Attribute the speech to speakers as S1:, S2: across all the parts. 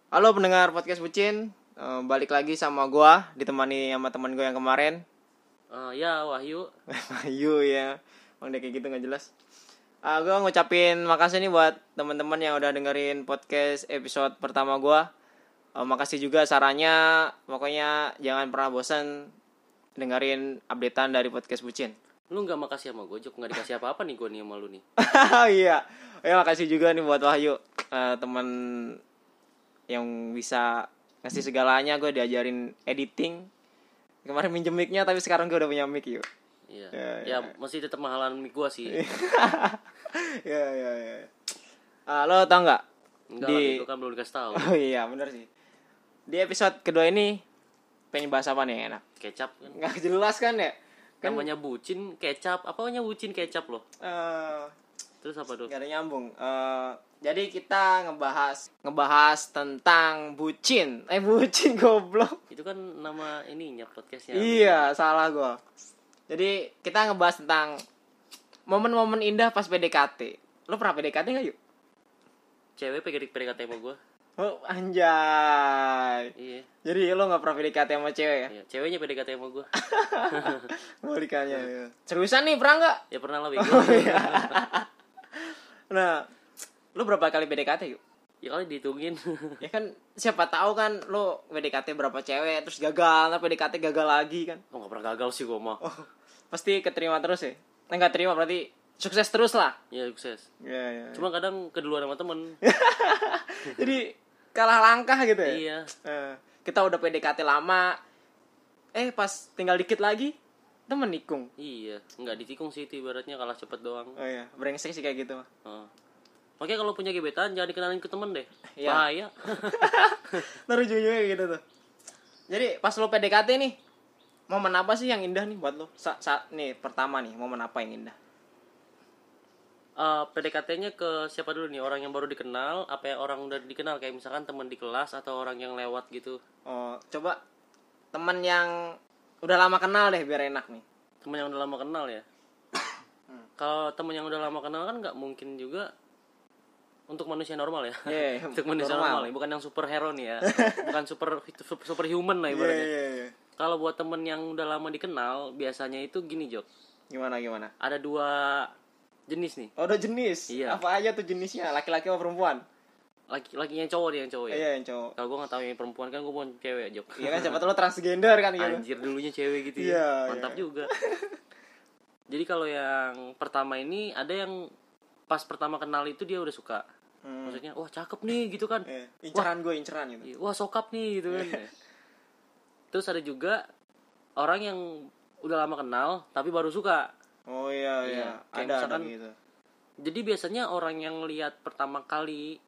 S1: Halo pendengar podcast Bucin, balik lagi sama gua, ditemani sama teman gua yang kemarin.
S2: Ya Wahyu.
S1: Ayu ya, emang dia kayak gitu nggak jelas. Gua ngucapin makasih nih buat teman-teman yang udah dengerin podcast episode pertama gua. Makasih juga sarannya, pokoknya jangan pernah bosan dengerin updatean dari podcast Bucin.
S2: Lu gak makasih sama gue, Jok. Gak dikasih apa-apa nih gue nih sama lu nih.
S1: Iya, ya makasih juga nih buat Wahyu, teman yang bisa ngasih segalanya. Gue diajarin editing. Kemarin minjem mic-nya, tapi sekarang gue udah punya mic yuk.
S2: Iya.
S1: Ya.
S2: Masih tetap mahalan mic gue sih.
S1: Ya. Lo tau nggak?
S2: Enggak lah, itu kan belum dikasih tahu.
S1: Oh iya, benar sih. Di episode kedua ini pengen bahas apa nih enak?
S2: Kecap kan.
S1: Nggak jelas kan ya? Kan
S2: Namanya bucin kecap. Apanya bucin kecap loh? Terus apa tuh?
S1: Gak ada nyambung. Jadi kita ngebahas tentang bucin. Bucin goblok.
S2: Itu kan nama ininya podcastnya.
S1: Iya, salah gua. Jadi kita ngebahas tentang momen-momen indah pas PDKT. Lo pernah PDKT nggak yuk?
S2: Cewek PDKT sama gue.
S1: Oh anjay.
S2: Iya.
S1: Jadi lo nggak pernah PDKT sama cewek ya?
S2: Iya. Ceweknya PDKT sama gue.
S1: Balikannya. Ya. Seriusan nih pernah nggak?
S2: Ya pernah lah bego.
S1: Iya. Nah, lo berapa kali PDKT yuk?
S2: Ya kali dihitungin.
S1: Ya kan siapa tahu kan lo PDKT berapa cewek terus gagal, nah PDKT gagal lagi kan?
S2: Oh gak pernah gagal sih gue mah.
S1: Oh, pasti keterima terus ya? Nggak terima berarti sukses terus lah.
S2: Ya sukses.
S1: Ya.
S2: Cuma kadang keduluan sama temen.
S1: Jadi kalah langkah gitu ya?
S2: Iya.
S1: Kita udah PDKT lama, pas tinggal dikit lagi temen nikung.
S2: Iya, nggak ditikung sih itu ibaratnya kalah cepet doang.
S1: Oh iya, brengsek sih kayak gitu.
S2: Makanya kalau punya gebetan jangan dikenalin ke temen deh.
S1: Iya.
S2: Bahaya.
S1: Ntar ujung-ujungnya kayak gitu tuh. Jadi pas lo PDKT nih, momen apa sih yang indah nih buat lo? Saat nih pertama nih, momen apa yang indah?
S2: PDKT-nya ke siapa dulu nih? Orang yang baru dikenal, apa yang orang udah dikenal? Kayak misalkan teman di kelas atau orang yang lewat gitu.
S1: Oh, coba teman yang udah lama kenal deh biar enak nih.
S2: Teman yang udah lama kenal ya. Kalau teman yang udah lama kenal kan nggak mungkin juga untuk manusia normal ya.
S1: Yeah,
S2: untuk manusia normal ya, bukan yang superhero nih ya. Bukan superhuman lah ibaratnya.
S1: Yeah.
S2: Kalau buat temen yang udah lama dikenal, biasanya itu gini, Jok.
S1: Gimana?
S2: Ada 2 jenis nih.
S1: Oh, ada jenis?
S2: Iya.
S1: Apa aja tuh jenisnya? Laki-laki apa perempuan?
S2: Laki yang cowok nih, yang cowok ya.
S1: Iya, yang cowok.
S2: Kalau gue nggak tahu yang perempuan kan gue bukan cewek, Jok.
S1: Iya kan, siapa tahu lo transgender kan gitu.
S2: Anjir, dulunya cewek gitu ya.
S1: Iya,
S2: mantap
S1: iya.
S2: juga. Jadi kalau yang pertama ini ada yang pas pertama kenal itu dia udah suka. Maksudnya, wah cakep nih gitu kan.
S1: Inceran gitu.
S2: Wah sokap nih gitu kan. Terus ada juga orang yang udah lama kenal tapi baru suka.
S1: Oh iya.
S2: Kayak
S1: Ada
S2: misalkan,
S1: gitu.
S2: Jadi biasanya orang yang lihat pertama kali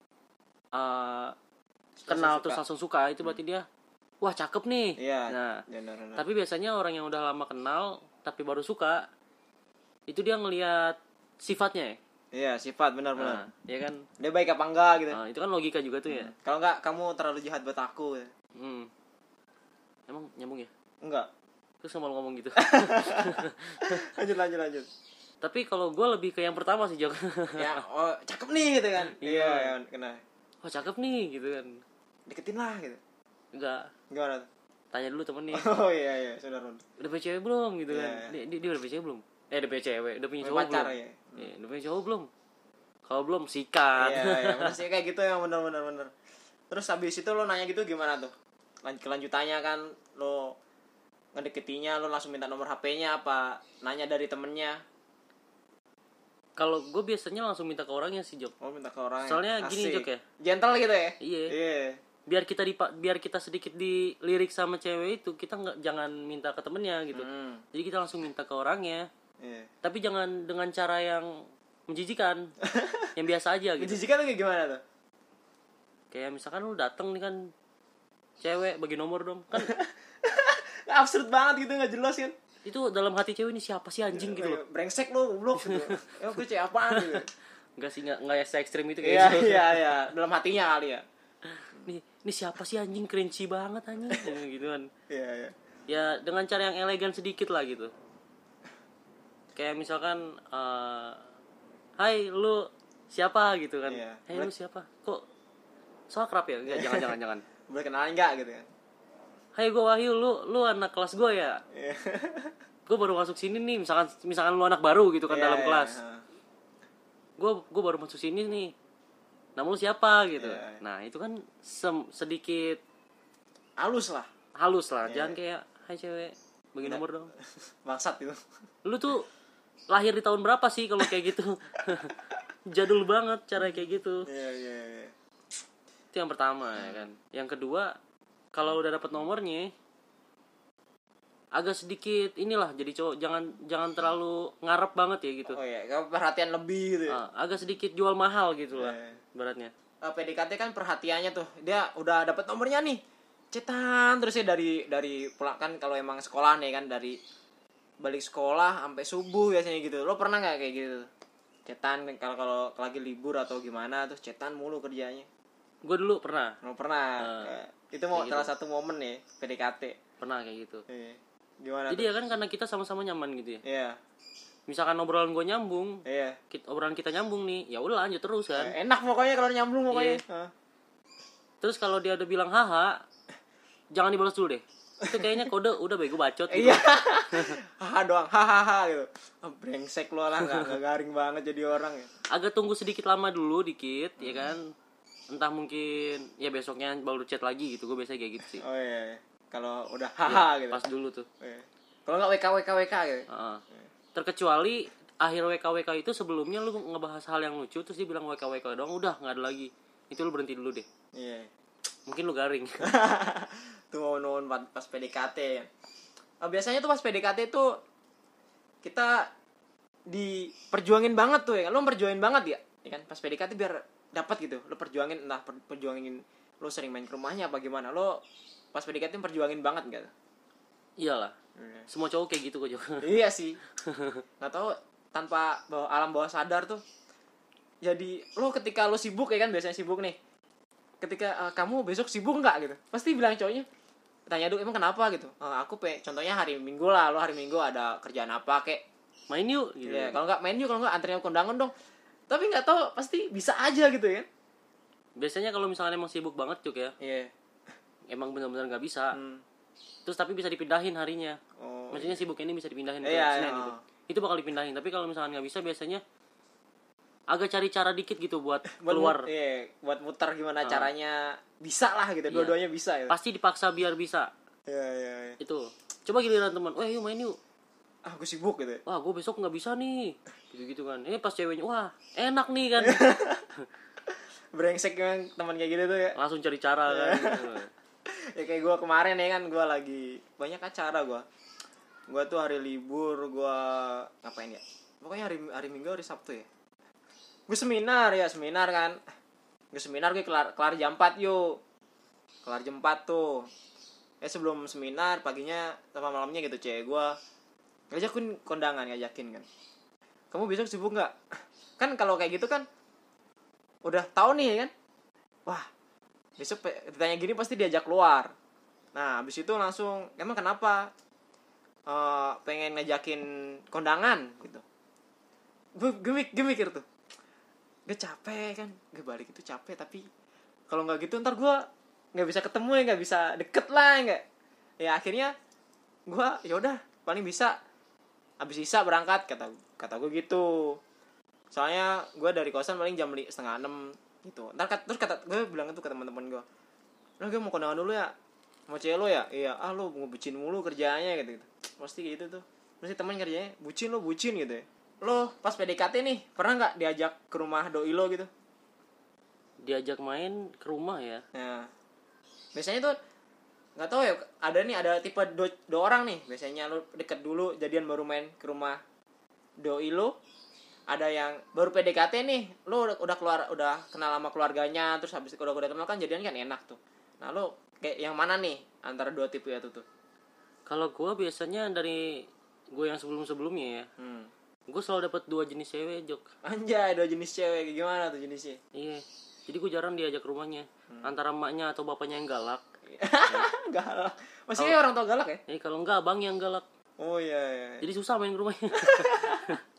S2: kenal terus langsung suka itu berarti dia wah cakep nih.
S1: Iya.
S2: Nah,
S1: Benar.
S2: tapi biasanya orang yang udah lama kenal tapi baru suka itu dia ngelihat sifatnya ya.
S1: Iya, sifat benar.
S2: Ya kan?
S1: Dia baik apa enggak gitu.
S2: Itu kan logika juga tuh ya.
S1: Kalau enggak kamu terlalu jahat buat aku.
S2: Emang nyambung ya?
S1: Enggak.
S2: Terus sama lo ngomong gitu.
S1: Lanjut.
S2: Tapi kalau gue lebih ke yang pertama sih, Jok.
S1: Ya, cakep nih gitu kan. Iya, kena.
S2: Wah cakep nih gitu kan.
S1: Deketin lah gitu.
S2: Enggak.
S1: Gimana?
S2: Tanya dulu temen nih.
S1: Oh iya, saudara.
S2: Udah punya cewek belum gitu kan. Dia udah punya cewek belum? Udah punya cewek, udah punya cowok
S1: pacar,
S2: belum?
S1: Ya.
S2: Udah punya cowok belum? Kalau belum sikat.
S1: Iya, bener sih kayak gitu ya, bener. Terus habis itu lo nanya gitu gimana tuh? Kelanjutannya kan lo ngedeketinya, lo langsung minta nomor HP-nya apa nanya dari temennya?
S2: Kalau gue biasanya langsung minta ke orangnya sih, Jok.
S1: Oh, minta ke orang.
S2: Soalnya gini, Jok ya.
S1: Gentle gitu ya?
S2: Iya.
S1: Yeah.
S2: Biar kita sedikit dilirik sama cewek itu, kita jangan minta ke temennya gitu. Jadi kita langsung minta ke orangnya.
S1: Yeah.
S2: Tapi jangan dengan cara yang menjijikan. Yang biasa aja gitu.
S1: Menjijikan tuh kayak gimana tuh?
S2: Kayak misalkan lu dateng nih kan cewek bagi nomor dong. Kan
S1: absurd banget gitu, enggak jelas kan?
S2: itu dalam hati cewek ini siapa sih anjing gitu loh.
S1: Brengsek lo, goblok gitu. Gue cewek apaan gitu.
S2: Enggak sih, enggak se ekstrim itu kayak gitu.
S1: Iya. Dalam hatinya kali ya.
S2: Ini siapa sih anjing, cringy banget anjing gitu kan.
S1: Iya.
S2: Ya dengan cara yang elegan sedikit lah gitu. Kayak misalkan hai lu siapa gitu kan. Hey lu siapa? Kok So akrab ya? Enggak, jangan.
S1: Boleh kenalan nggak gitu kan?
S2: Hai, gue Wahyu, lu anak kelas gue ya?
S1: Iya.
S2: Gue baru masuk sini nih, misalkan lu anak baru gitu kan
S1: Iya,
S2: dalam
S1: iya,
S2: kelas.
S1: iya.
S2: Gue baru masuk sini nih. Nama lu siapa gitu.
S1: Iya.
S2: Nah, itu kan sedikit
S1: Halus lah.
S2: halus lah.
S1: Iya.
S2: Jangan kayak, hai cewek, bagi
S1: Udah.
S2: nomor dong.
S1: Bangsat itu.
S2: Lu tuh lahir di tahun berapa sih kalau kayak gitu? Jadul banget cara kayak gitu.
S1: Iya.
S2: Itu yang pertama ya kan. Yang kedua, kalau udah dapet nomornya, agak sedikit inilah jadi cowok jangan terlalu ngarep banget ya gitu.
S1: Oh iya, kamu perhatian lebih gitu ya.
S2: Agak sedikit jual mahal gitu lah
S1: Iya.
S2: beratnya.
S1: PDKT kan perhatiannya tuh. Dia udah dapet nomornya nih. Cetan terus ya dari pulang kan kalau emang sekolah nih kan dari balik sekolah sampai subuh biasanya gitu. Lo pernah nggak kayak gitu? Cetan kalau lagi libur atau gimana terus cetan mulu kerjanya.
S2: Gue dulu pernah
S1: Lo pernah? Itu mau
S2: kayak
S1: salah satu momen nih PDKT.
S2: kayak gitu.
S1: Iya. Gimana
S2: Jadi
S1: tuh?
S2: ya kan karena kita sama-sama nyaman gitu ya.
S1: Iya.
S2: Misalkan obrolan gue nyambung,
S1: Iya.
S2: obrolan kita nyambung nih, ya udah lanjut terus kan.
S1: Enak pokoknya kalau nyambung pokoknya.
S2: Iya. Terus kalau dia udah bilang haha, jangan dibalas dulu deh. Itu kayaknya kode udah bego bacot gitu.
S1: Iya. Haha doang. Hahaha gitu. Brengsek lo lah enggak garing banget jadi orang ya.
S2: Agak tunggu sedikit lama dulu dikit ya kan. Entah mungkin ya besoknya baru chat lagi gitu. Gue biasanya kayak gitu sih.
S1: Oh iya. Kalau udah haha
S2: Ya,
S1: gitu.
S2: pas dulu tuh.
S1: Iya. Kalau enggak WK gitu.
S2: Heeh. Terkecuali akhir WKWK itu sebelumnya lu ngebahas hal yang lucu terus dia bilang WKWK doang udah nggak ada lagi. Itu lu berhenti dulu deh.
S1: Iya.
S2: Mungkin lu garing.
S1: Tuh momen pas PDKT ya. Biasanya tuh pas PDKT tuh kita diperjuangin banget tuh ya. Lo perjuangin banget ya kan? Pas PDKT biar dapat gitu. Lo perjuangin entah perjuangin lo sering main ke rumahnya apa gimana. Lo pas PDKT perjuangin banget enggak?
S2: Iyalah.
S1: Iya.
S2: Semua cowok kayak gitu kok juga.
S1: Iya sih. Nggak tahu tanpa alam bawah sadar tuh. Jadi lo ketika lo sibuk ya kan biasanya sibuk nih. Ketika kamu besok sibuk nggak gitu, pasti bilang cowoknya. Tanya dulu emang kenapa gitu. Contohnya hari Minggu lah, lo hari Minggu ada kerjaan apa kek.
S2: Main yuk gitu.
S1: Ya, kalau nggak main yuk, kalau nggak anterin aku kondangan dong. Tapi nggak tahu pasti bisa aja gitu ya.
S2: Biasanya kalau misalnya emang sibuk banget Cuk ya.
S1: Iya.
S2: Emang benar-benar nggak bisa.
S1: Hmm.
S2: Terus tapi bisa dipindahin harinya.
S1: Oh.
S2: Maksudnya sibuk ini bisa dipindahin ke
S1: Iya,
S2: Senin
S1: iya.
S2: gitu. Itu bakal dipindahin. Tapi kalau misalnya nggak bisa biasanya agak cari cara dikit gitu buat keluar.
S1: Buat muter gimana caranya bisa lah gitu.
S2: Iya.
S1: Dua-duanya bisa ya.
S2: Pasti dipaksa biar bisa.
S1: Iya.
S2: Itu. Coba giliran teman, "Wah, yuk main yuk."
S1: Aku sibuk gitu.
S2: "Wah, gue besok nggak bisa nih." Gitu-gitu kan. Pas ceweknya, "Wah, enak nih kan."
S1: Brengsek emang teman kayak gitu tuh ya.
S2: Langsung cari cara kan. Gitu.
S1: Ya kayak gue kemarin ya kan gue lagi banyak acara gue tuh hari libur gue ngapain ya pokoknya hari Minggu hari Sabtu ya gue seminar kan gue kelar jam 4 yuk kelar jam 4 tuh sebelum seminar paginya sama malamnya gitu cewek gue ngajakin kan kamu besok sibuk nggak kan kalau kayak gitu kan udah tahu nih ya kan wah besok ditanya gini pasti diajak keluar. Nah, habis itu langsung emang kenapa pengen ngajakin kondangan gitu. Gue mikir tuh. Gue capek kan, gue balik itu capek tapi kalau nggak gitu ntar gue nggak bisa ketemu ya nggak bisa deket lah nggak. Ya akhirnya gue ya udah paling bisa habis isa berangkat kata gue gitu. Soalnya gue dari kosan paling jam 5:30 gitu. Terus gue bilang itu ke teman-teman gue. Nah, gue mau kondangan dulu ya. Mau cewek lo ya? Iya. Lo ngebucin mulu kerjaannya gitu. Pasti gitu tuh. Pasti teman kerjanya bucin gitu ya. Lo pas PDKT nih, pernah enggak diajak ke rumah doi lo gitu?
S2: Diajak main ke rumah ya.
S1: Nah. Biasanya tuh enggak tahu ya, ada tipe dua orang nih. Biasanya lo deket dulu jadian baru main ke rumah doi lo. Ada yang baru PDKT nih, lo udah kenal sama keluarganya, terus habis udah kenal kan jadian kan enak tuh. Nah lo kayak yang mana nih antara dua tipe itu tuh?
S2: Kalau gue biasanya dari gue yang sebelumnya ya, gue selalu dapat 2 jenis cewek Jok.
S1: Anjay, 2 jenis cewek, gimana tuh jenisnya?
S2: Iya, jadi gue jarang diajak ke rumahnya. Antara emaknya atau bapaknya yang galak.
S1: Galak. Maksudnya orang tua galak ya?
S2: Kalau enggak abang yang galak.
S1: Oh iya.
S2: Jadi susah main ke rumahnya.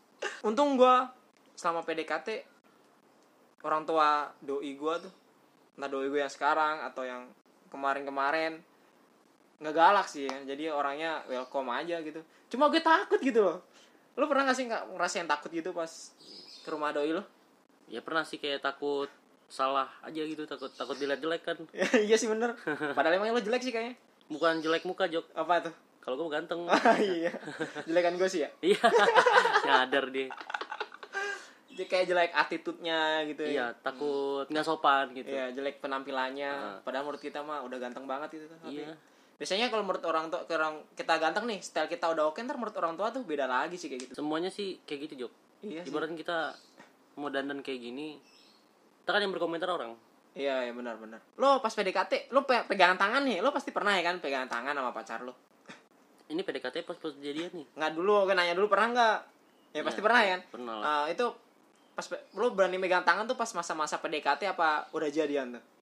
S1: Untung gue selama PDKT orang tua doi gue tuh entah doi gue yang sekarang atau yang kemarin-kemarin, nggak galak sih ya. Jadi orangnya welcome aja gitu. Cuma gue takut gitu loh. Lo pernah nggak sih nggak ngerasain takut gitu pas ke rumah doi lo?
S2: Ya pernah sih, kayak takut salah aja gitu, takut dilihat jelek kan.
S1: Iya sih bener. Padahal emang lo jelek sih kayaknya.
S2: Bukan jelek muka, Jok.
S1: Apa tuh?
S2: Kalau gue ganteng.
S1: Iya. Jelekan gue sih ya.
S2: Iya. Nyadar dia.
S1: Jadi kayak jelek attitude-nya gitu ya.
S2: Iya, takut nggak sopan gitu.
S1: Iya, jelek penampilannya. Padahal menurut kita mah udah ganteng banget itu tuh.
S2: Iya.
S1: Biasanya kalau menurut orang tua, kita ganteng nih, style kita udah oke, ntar menurut orang tua tuh beda lagi sih kayak gitu.
S2: Semuanya sih kayak gitu, Jok.
S1: Iya sih.
S2: Ibaratnya kita mau dandan kayak gini, kita kan yang berkomentar orang.
S1: Iya, ya benar-benar. Lo pas PDKT, lo pegangan tangan nih, lo pasti pernah ya kan pegangan tangan sama pacar lo.
S2: Ini PDKT pas jadian nih.
S1: Nggak dulu, kan nanya dulu pernah nggak? Ya pasti pernah ya kan?
S2: Pernah lah.
S1: Itu pas lo berani megang tangan tuh pas masa-masa PDKT apa udah jadian tuh?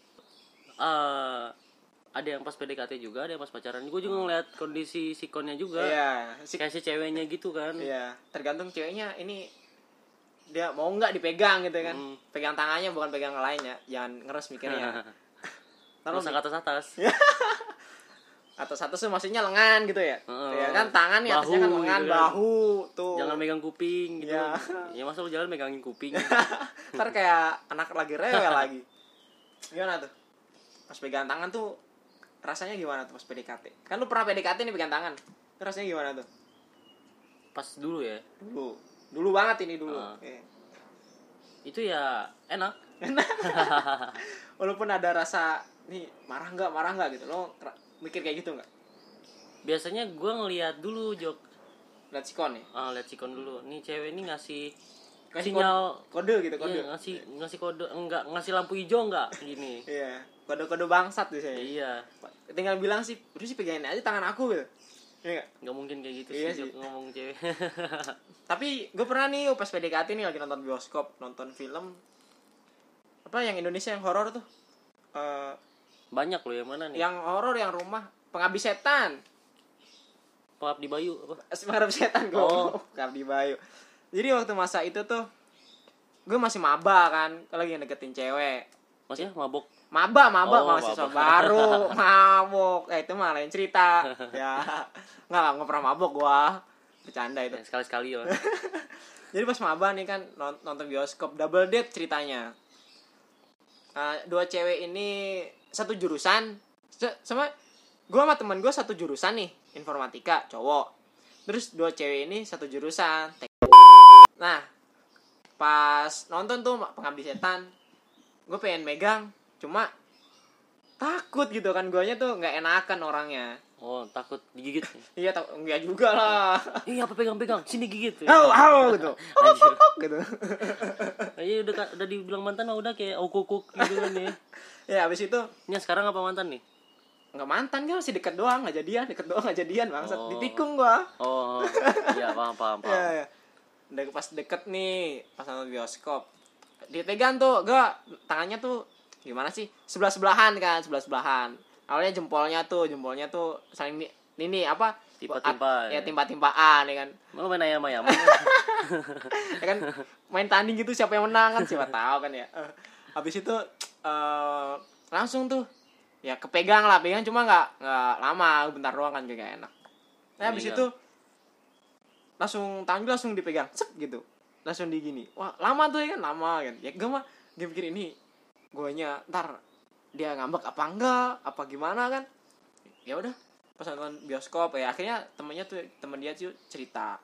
S2: Ada yang pas PDKT juga, ada yang pas pacaran. Gue juga ngeliat kondisi sikonnya juga.
S1: Iya,
S2: Kayak si ceweknya gitu kan.
S1: Iya, tergantung ceweknya ini dia mau nggak dipegang gitu kan. Pegang tangannya bukan pegang yang lain ya. Jangan ngeres mikirnya.
S2: Terus ke atas-atas.
S1: Atas-atas tuh maksudnya lengan gitu ya. Ya kan tangan ya atasnya kan lengan,
S2: gitu kan.
S1: bahu tuh.
S2: Jangan megang kuping gitu.
S1: Iya.
S2: Ya masa lu jalan megangin kuping.
S1: Ntar kayak anak lagi rewel lagi. Gimana tuh? Pas pegang tangan tuh rasanya gimana tuh pas PDKT? Kan lu pernah PDKT nih pegang tangan. Itu rasanya gimana tuh?
S2: Pas dulu ya.
S1: Dulu banget ini dulu.
S2: Itu ya enak.
S1: Walaupun ada rasa nih marah nggak gitu. Lo mikir kayak gitu nggak?
S2: Biasanya gue ngeliat dulu, Jok.
S1: Lihat sikon ya?
S2: Lihat sikon dulu. Nih cewek ini ngasih
S1: Kasih
S2: sinyal
S1: kode gitu, kode.
S2: Iya, ngasih kode, enggak ngasih lampu hijau enggak gini.
S1: Iya, kode-kode bangsat biasanya.
S2: Iya.
S1: Tinggal bilang sih, udah sih pegangin aja tangan aku gitu. Iya enggak?
S2: Nggak mungkin kayak gitu
S1: Iya
S2: sih,
S1: sih.
S2: ngomong cewek.
S1: Tapi gue pernah nih pas PDKT nih lagi nonton bioskop, nonton film apa yang Indonesia yang horor tuh.
S2: Banyak loh, yang mana nih?
S1: Yang horor yang rumah pengabdi setan.
S2: Pengabdi Bayu apa?
S1: Pengabdi setan gue. Pengabdi Bayu. Jadi waktu masa itu tuh gue masih maba kan, lagi deketin cewek.
S2: Masih mabok?
S1: Maba
S2: Oh,
S1: mahasiswa
S2: maba.
S1: baru, mabok. Itu mah lain cerita. Ya, nggak pernah mabok gua. Bercanda itu.
S2: Ya, sekali-sekali ya.
S1: Jadi pas maba nih kan nonton bioskop double date ceritanya. Dua cewek ini satu jurusan sama gua sama temen gua satu jurusan nih, informatika, cowok. Terus dua cewek ini satu jurusan. Nah, pas nonton tuh Pengabdi Setan, gue pengen megang, cuma takut gitu kan, guanya tuh nggak enakan orangnya.
S2: Oh, takut digigit.
S1: Iya, enggak juga lah.
S2: Iya, apa pegang-pegang? Sini gigit.
S1: Au gitu.
S2: Anjir.
S1: Gitu.
S2: Iya, udah dibilang mantan mah udah kayak kukuk gitu kan ya.
S1: Ya, habis itu
S2: Ini sekarang apa mantan nih?
S1: nggak mantan kan, masih deket doang, nggak jadian bangsat.
S2: Oh.
S1: Ditikung gua.
S2: Oh, iya paham.
S1: Iya. Udah pas deket nih, pas nonton bioskop, dipegang tuh, gua tangannya tuh gimana sih? Sebelah-sebelahan. Awalnya jempolnya tuh saling ini apa?
S2: Timpa-timpaan.
S1: Ya timpa-timpaan ya kan.
S2: Mau main ayam-ayam.
S1: Ya kan main tanding gitu, siapa yang menang kan siapa tahu kan ya. Habis itu langsung tuh ya kepegang cuma nggak lama, bentar doang kan juga enak. Nah habis
S2: Iya.
S1: itu langsung dipegang gitu, langsung digini, wah lama tuh ya gue mah gue pikir ini guanya ntar dia ngambek apa enggak apa gimana kan. Ya udah pas nonton bioskop ya akhirnya temen dia cerita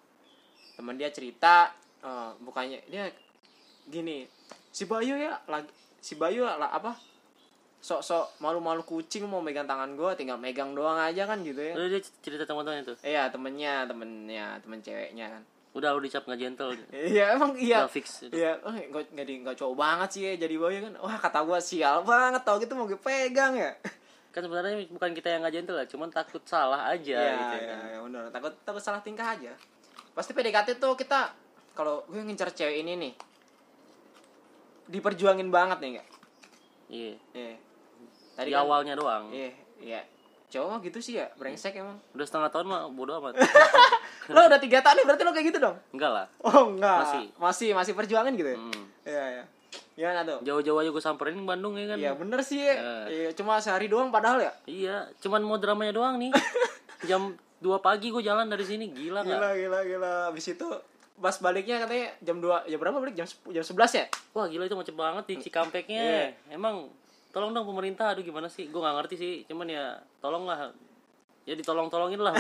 S1: bukannya dia gini, si Bayu apa sok malu-malu kucing mau megang tangan gue, tinggal megang doang aja kan gitu ya.
S2: Udah dia cerita teman-temannya tuh.
S1: Iya, temen ceweknya kan.
S2: Udah dicap nggak gentle.
S1: Iya emang iya.
S2: Udah fix.
S1: Iya, nggak cowok banget sih ya jadi Bayu kan. Wah kata gue sial banget tau gitu mau gue pegang ya.
S2: Kan sebenarnya bukan kita yang nggak gentle lah, cuman takut salah aja gitu
S1: Iya,
S2: kan.
S1: ya, bener. Takut salah tingkah aja. Pasti PDKT tuh kita kalau gue ngincar cewek ini nih diperjuangin banget nih enggak?
S2: Iya.
S1: Iya. Tadi
S2: Di
S1: kan,
S2: awalnya doang.
S1: Iya. Cowok mah gitu sih ya, brengsek emang.
S2: Udah setengah tahun mah bodo amat.
S1: Lo udah 3 tahun nih berarti lo kayak gitu dong?
S2: Enggak lah.
S1: Oh enggak. Masih perjuangan gitu ya?
S2: Hmm.
S1: Iya. Gimana tuh?
S2: Jauh-jauh aja gue samperin ke Bandung ya kan.
S1: Iya bener sih ya. Iya, cuma sehari doang padahal ya.
S2: Iya, cuman mau dramanya doang nih. Jam 2 pagi gue jalan dari sini, gila nggak?
S1: Gila. Habis itu pas baliknya katanya jam 2, jam berapa balik? Jam 11 ya?
S2: Wah gila itu macet banget di Cikampeknya. Emang tolong dong pemerintah, aduh gimana sih? Gue nggak ngerti sih, cuman ya tolonglah. Ya ditolong-tolongin lah.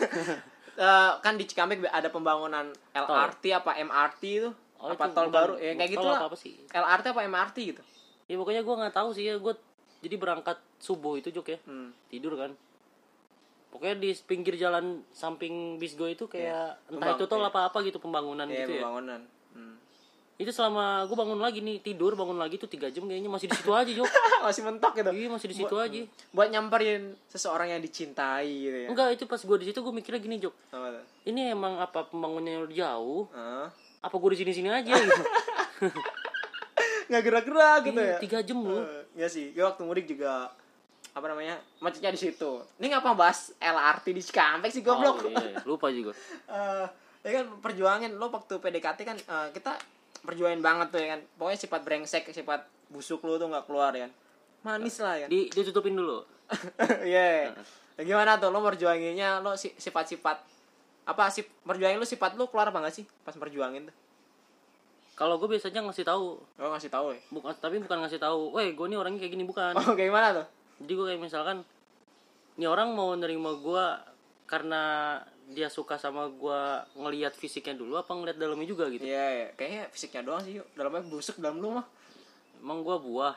S1: Kan di Cikampek ada pembangunan LRT apa MRT itu? Apa tol baru? Ya kayak gitu lah.
S2: Apa sih?
S1: LRT apa MRT gitu?
S2: Ya pokoknya gue nggak tahu sih ya. Gue jadi berangkat subuh itu Jok ya. Tidur kan. Pokoknya di pinggir jalan samping Bisgo itu kayak entah itu tol apa-apa gitu pembangunan gitu ya.
S1: Pembangunan.
S2: Itu selama gue bangun lagi nih, tidur bangun lagi tuh 3 jam kayaknya masih di situ aja, Jok.
S1: Masih mentok gitu.
S2: Iya, masih di situ aja.
S1: Buat nyamperin seseorang yang dicintai gitu ya.
S2: Enggak, itu pas gue di situ gue mikirnya gini, Jok.
S1: Apa tuh?
S2: Ini emang apa pembangunannya udah jauh?
S1: Heeh.
S2: Apa gue di sini-sini aja gitu.
S1: Nggak gerak-gerak gitu ya.
S2: 3 jem lu.
S1: Iya sih. Gue waktu mudik juga apa namanya? Macetnya di situ. Ini ngapa bahas LRT di Cikampek sih goblok?
S2: Oh, iya, lupa juga.
S1: Ya kan perjuangin lo waktu PDKT kan kita perjuangin banget tuh ya kan. Pokoknya sifat brengsek, sifat busuk lo tuh nggak keluar ya kan. Manis lah ya.
S2: Ditutupin dulu.
S1: Iya. Ya gimana tuh lo perjuanginnya lo sifat-sifat apa sih perjuangin lo sifat lo keluar apa nggak sih pas perjuangin tuh?
S2: Kalau gue biasanya ngasih tahu.
S1: Oh ngasih tahu ya.
S2: Bukan ngasih tahu. Weh, gue nih orangnya kayak gini bukan.
S1: Oh kayak gimana tuh?
S2: Jadi gue kayak misalkan nih orang mau nerima gue karena dia suka sama gue ngelihat fisiknya dulu apa ngelihat dalamnya juga gitu.
S1: Iya, kayaknya fisiknya doang sih yuk. Dalamnya busuk dalam lu mah.
S2: Emang gue buah.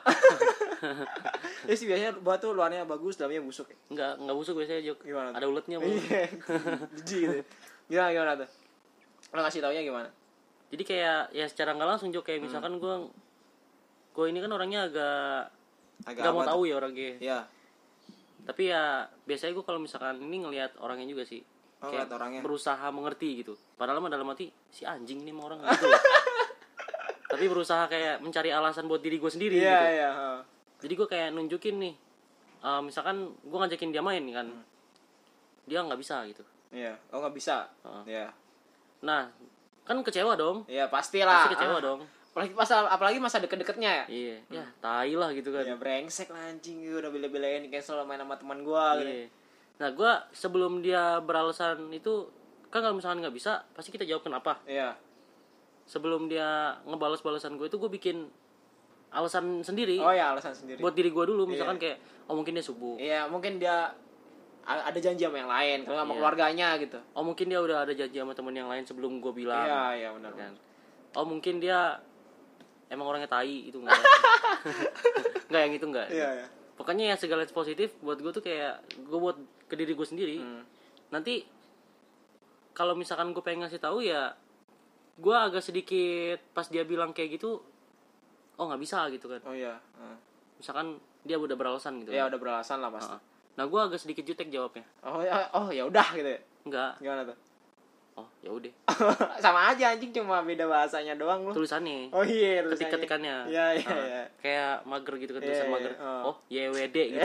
S1: Ya sih biasanya buah tuh luarnya bagus, dalamnya busuk ya.
S2: Enggak busuk biasanya, Jok.
S1: Gimana tuh?
S2: Ada uletnya.
S1: Iya. Jijik gitu. Gimana tuh? Lo ngasih taunya gimana?
S2: Jadi kayak ya secara nggak langsung, Jok, kayak misalkan gue ini kan orangnya agak nggak mau tahu ya orangnya.
S1: Iya.
S2: Tapi ya biasanya gue kalau misalkan ini ngelihat orangnya juga sih.
S1: Oh,
S2: kayak
S1: orangnya.
S2: Berusaha mengerti gitu. Padahal mah dalam hati si anjing nih sama orang gitu. Tapi berusaha kayak mencari alasan buat diri gue sendiri gitu.
S1: Iya.
S2: Jadi gue kayak nunjukin nih, misalkan gue ngajakin dia main kan, dia nggak bisa gitu.
S1: Iya. Oh nggak bisa. Iya.
S2: Nah, kan kecewa dong.
S1: Iya pastilah.
S2: Pasti kecewa dong.
S1: Apalagi masa deket-deketnya ya.
S2: Iya, ya tai lah gitu kan.
S1: Ya brengsek lah anjing gue udah bela-belain cancel main sama teman gue gitu.
S2: Iya. Nah, gue sebelum dia beralasan itu kan kalau misalkan nggak bisa, pasti kita jawab kenapa.
S1: Iya.
S2: Sebelum dia ngebalas balasan gue itu gue bikin alasan sendiri.
S1: Oh ya alasan sendiri.
S2: Buat diri gue dulu, misalkan kayak mungkin dia subuh.
S1: Iya, mungkin dia ada janji sama yang lain, kalau sama keluarganya gitu.
S2: Oh mungkin dia udah ada janji sama temen yang lain sebelum gue bilang.
S1: Iya benar
S2: kan. Oh mungkin dia emang orangnya tai itu enggak. Enggak yang itu enggak.
S1: Iya.
S2: Pokoknya ya segala positif buat gue tuh kayak gue buat ke diri gue sendiri. Nanti kalau misalkan gue pengen ngasih tahu ya gue agak sedikit pas dia bilang kayak gitu, oh nggak bisa gitu kan.
S1: Oh iya.
S2: Misalkan dia udah beralasan gitu.
S1: Ya udah beralasan lah pasti.
S2: Nah gue agak sedikit jutek jawabnya.
S1: Oh ya udah gitu ya.
S2: Enggak.
S1: Gimana tuh?
S2: Oh ya udah.
S1: Sama aja anjing, cuma beda bahasanya doang lu.
S2: Tulisannya.
S1: Oh iya tulisannya.
S2: Ketik-ketikannya.
S1: Iya.
S2: Kayak mager gitu kan, tulisan mager. Oh YWD gitu.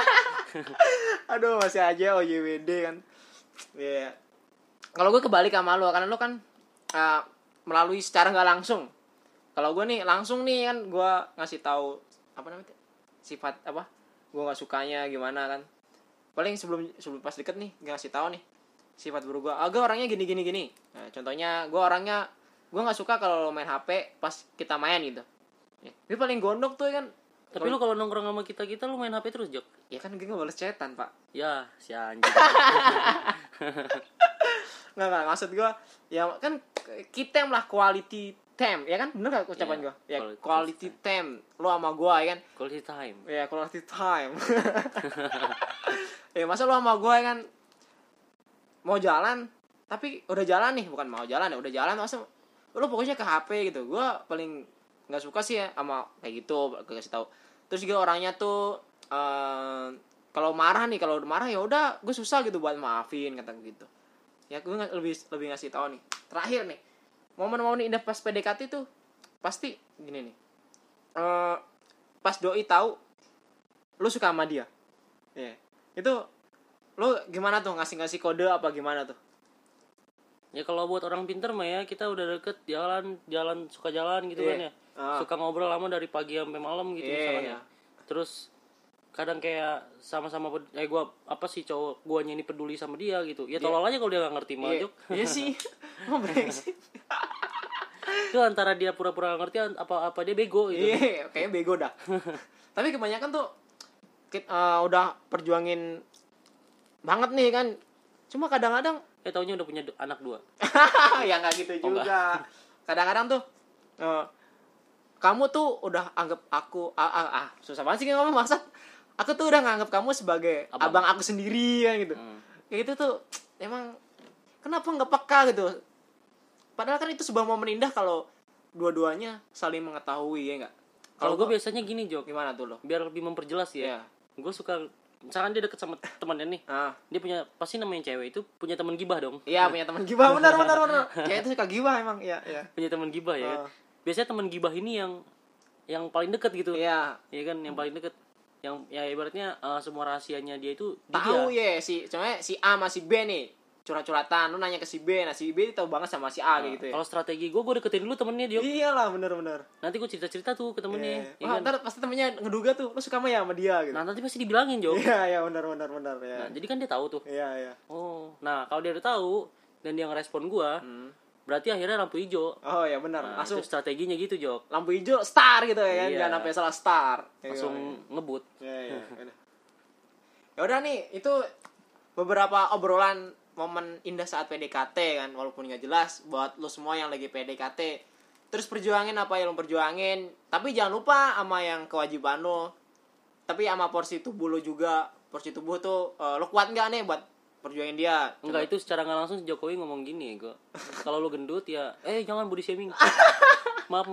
S1: Aduh masih aja YWD kan. Iya. Kalau gue kebalik sama lu, karena lu kan melalui secara nggak langsung. Kalau gue nih langsung nih kan gue ngasih tahu apa namanya sifat apa gue nggak sukanya gimana kan. Paling sebelum pas deket nih gue ngasih tahu nih sifat buruk gue. Gue orangnya gini. Nah, contohnya gue nggak suka kalau main HP pas kita main gitu. Ya, ini paling gondok tuh kan.
S2: Tapi lu kalau nongkrong sama kita lu main HP terus, Jok?
S1: Ya kan gue nggak balas chatan pak.
S2: Ya si anjing.
S1: Nggak maksud gue ya kan kita yang lah quality time ya kan, bener gak ucapan gue ya quality time lo sama gue ya kan,
S2: quality time
S1: ya quality time. Ya masa lo sama gue ya kan mau jalan tapi udah jalan nih, bukan mau jalan ya udah jalan, masa lo pokoknya ke HP gitu. Gue paling nggak suka sih ya sama kayak gitu, kasih tahu. Terus juga orangnya tuh kalau marah ya udah gue susah gitu buat maafin kata gitu. Ya gue lebih ngasih tahu nih. Terakhir nih, momen-momen indah pas PDKT tuh pasti gini nih. Pas doi tahu lu suka sama dia. Ya. Itu lu gimana tuh ngasih kode apa gimana tuh?
S2: Ya kalau buat orang pinter mah ya kita udah deket jalan suka jalan gitu kan ya. Suka ngobrol lama dari pagi sampai malam gitu misalkan ya. Terus kadang kayak sama-sama gua apa sih cowok guanya ini peduli sama dia gitu. Ya tolol aja kalau dia enggak ngerti mah, Jok.
S1: Iya sih. Oh, brengsek.
S2: Itu antara dia pura-pura ngerti apa dia bego gitu.
S1: Iya, kayaknya bego dah. Tapi kebanyakan tuh udah perjuangin banget nih kan. Cuma kadang-kadang
S2: Taunya udah punya anak 2.
S1: ya nggak gitu juga. Kadang-kadang tuh kamu tuh udah anggap aku susah banget sih ngomong maksud. Aku tuh udah nganggap kamu sebagai abang aku sendiri kan gitu. Kayak gitu tuh emang kenapa nggak peka gitu. Padahal kan itu sebuah momen indah kalau dua-duanya saling mengetahui ya nggak.
S2: Kalau gue biasanya gini, Jok.
S1: Gimana tuh lo?
S2: Biar lebih memperjelas ya. Gue suka misalkan dia deket sama temannya nih. Dia punya pasti namanya cewek itu punya teman gibah dong.
S1: Iya, punya teman gibah. Benar. Cewek itu suka gibah emang. Iya.
S2: Punya teman gibah ya kan. Biasanya teman gibah ini yang paling deket gitu.
S1: Iya.
S2: Iya kan, yang paling deket. Yang ya ibaratnya semua rahasianya dia itu
S1: tahu
S2: dia.
S1: Contohnya si A sama si B nih curhat-curhatan, lu nanya ke si B, nah si B tahu banget sama si A gitu ya.
S2: Kalau strategi gue deketin dulu temennya dia.
S1: Iyalah, benar.
S2: Nanti gue cerita tuh ke temennya.
S1: Wah, kan? Ntar pasti temennya ngeduga tuh, lu suka sama dia gitu.
S2: Nah, nanti pasti dibilangin, Jo.
S1: Iya, benar ya.
S2: Nah, jadi kan dia tahu tuh.
S1: Iya.
S2: Oh, nah kalau dia udah tahu dan dia ngerespon gue, berarti akhirnya lampu hijau.
S1: Oh ya benar.
S2: Nah,
S1: langsung
S2: itu strateginya gitu, Jok.
S1: Lampu hijau star gitu ya kan, jangan sampai salah star.
S2: Langsung ngebut.
S1: Iya. Ya udah nih, itu beberapa obrolan momen indah saat PDKT kan, walaupun nggak jelas buat lo semua yang lagi PDKT. Terus perjuangin apa yang lo perjuangin, tapi jangan lupa sama yang kewajiban lo. Tapi sama porsi tubuh lo juga. Porsi tubuh tuh lo kuat nggak nih buat perjuangin dia?
S2: Enggak, itu secara nggak langsung Jokowi ngomong gini gue. Kalau lo gendut ya, jangan body shaming. Maaf.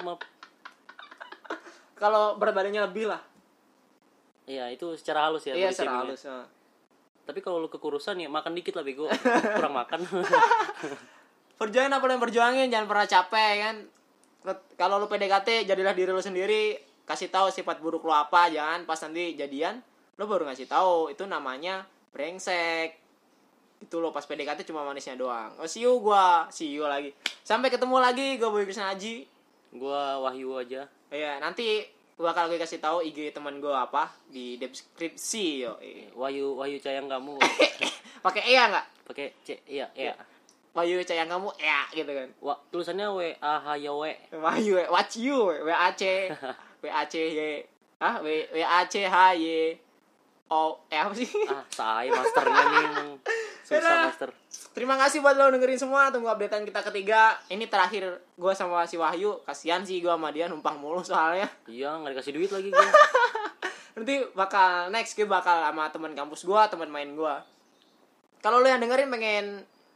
S1: Kalau berat badannya lebih lah.
S2: Iya, itu secara halus ya.
S1: Iya, secara halus.
S2: Tapi kalau lu kekurusan ya makan dikit lah bego. Kurang makan.
S1: Perjuangin apa yang perjuangin, jangan pernah capek kan. Kalau lu PDKT, jadilah diri lu sendiri, kasih tahu sifat buruk lu apa, jangan pas nanti jadian lu baru ngasih tahu. Itu namanya brengsek. Itu lo pas PDKT cuma manisnya doang. See you lagi. Sampai ketemu lagi, gue Boy Krisna Aji.
S2: Gua Wahyu aja.
S1: Iya, nanti gua bakal gue kasih tahu IG teman gue apa di deskripsi yo.
S2: Wahyu sayang kamu.
S1: Pakai enggak?
S2: Pakai C, iya.
S1: Wahyu sayang kamu gitu kan.
S2: Tulisannya W A H Y W.
S1: Wahyu watch you W A C Y. W A C H Y O apa sih?
S2: Saya masternya nih emang susah master.
S1: Terima kasih buat lo dengerin semua. Tunggu updatean kita ketiga. Ini terakhir gue sama si Wahyu. Kasian sih gue sama dia numpang mulu soalnya.
S2: Iya, nggak dikasih duit lagi gue.
S1: Nanti next gue bakal sama teman kampus gue, teman main gue. Kalau lo yang dengerin pengen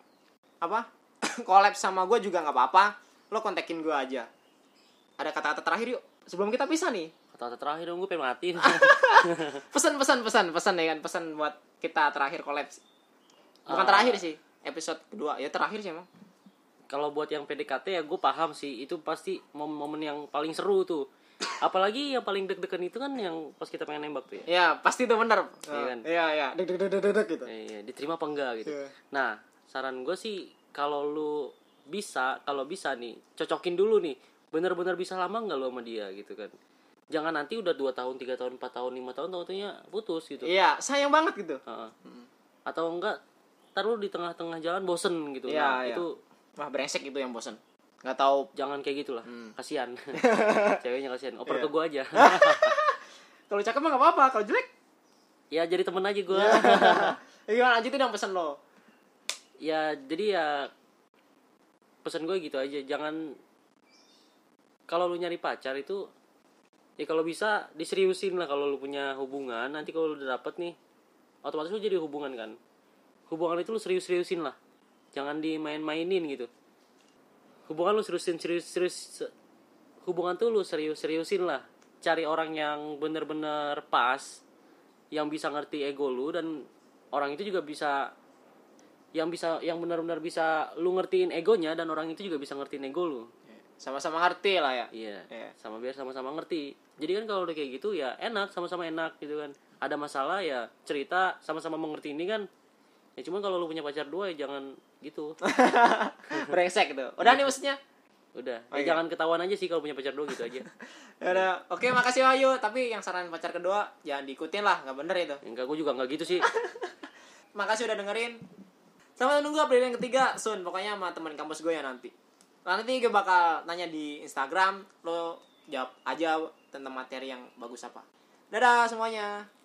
S1: collab sama gue juga nggak apa-apa. Lo kontakin gue aja. Ada kata-kata terakhir yuk sebelum kita pisah nih.
S2: Kata-kata terakhir dong, gue pengen mati.
S1: pesan ya kan, pesan buat kita terakhir collab. Bukan terakhir sih, episode kedua ya terakhir sih emang.
S2: Kalau buat yang PDKT ya gue paham sih, itu pasti momen yang paling seru tuh. Apalagi yang paling deg-degan itu kan yang pas kita pengen nembak tuh ya.
S1: Ya pasti itu bener.
S2: Iya kan?
S1: Iya deg gitu.
S2: Iya, diterima apa enggak gitu.
S1: Iya.
S2: Nah saran gue sih kalau bisa nih cocokin dulu nih, bener-bener bisa lama nggak lo sama dia gitu kan. Jangan nanti udah 2 tahun, 3 tahun, 4 tahun, 5 tahun tahu-taunya putus gitu.
S1: Iya, sayang banget gitu.
S2: Atau enggak taruh di tengah-tengah jalan bosen gitu.
S1: Iya,
S2: nah, itu
S1: brengsek itu yang bosen. Nggak tahu.
S2: Jangan kayak gitulah. Kasihan. Ceweknya kasihan. Oper ke gue aja.
S1: Kalau cakep mah nggak apa-apa. Kalau jelek
S2: ya jadi temen aja gue.
S1: Gimana aja tuh yang pesen lo?
S2: Ya jadi ya pesan gue gitu aja. Jangan kalau lu nyari pacar itu ya kalau bisa diseriusin lah. Kalau lu punya hubungan, nanti kalau lu udah dapet nih, otomatis lu jadi hubungan kan. Hubungan itu lu serius-seriusin lah. Jangan dimain-mainin gitu. Hubungan lu hubungan tuh lu serius-seriusin lah. Cari orang yang bener-bener pas, yang bisa ngerti ego lu, dan orang itu juga bisa yang benar-benar bisa lu ngertiin egonya, dan orang itu juga bisa ngertiin ego lu.
S1: Sama-sama ngerti lah ya.
S2: Iya. Biar sama-sama ngerti. Jadi kan kalau udah kayak gitu ya enak, sama-sama enak gitu kan. Ada masalah ya cerita, sama-sama mengerti ini kan Ya cuman kalau lu punya pacar 2 ya jangan gitu.
S1: Brengsek tuh. Udah nih maksudnya.
S2: Udah.
S1: Oh,
S2: Ya
S1: iya.
S2: jangan ketahuan aja sih kalau punya pacar 2 gitu aja.
S1: Ya udah. Oke, makasih Wahyu. Tapi yang saran pacar kedua jangan diikutin lah, nggak bener itu.
S2: Enggak, gue juga enggak gitu sih.
S1: Makasih udah dengerin. Sama nunggu update yang ketiga soon. Pokoknya sama teman kampus gue ya nanti. Nanti gue bakal nanya di Instagram. Lo jawab aja tentang materi yang bagus apa. Dadah semuanya.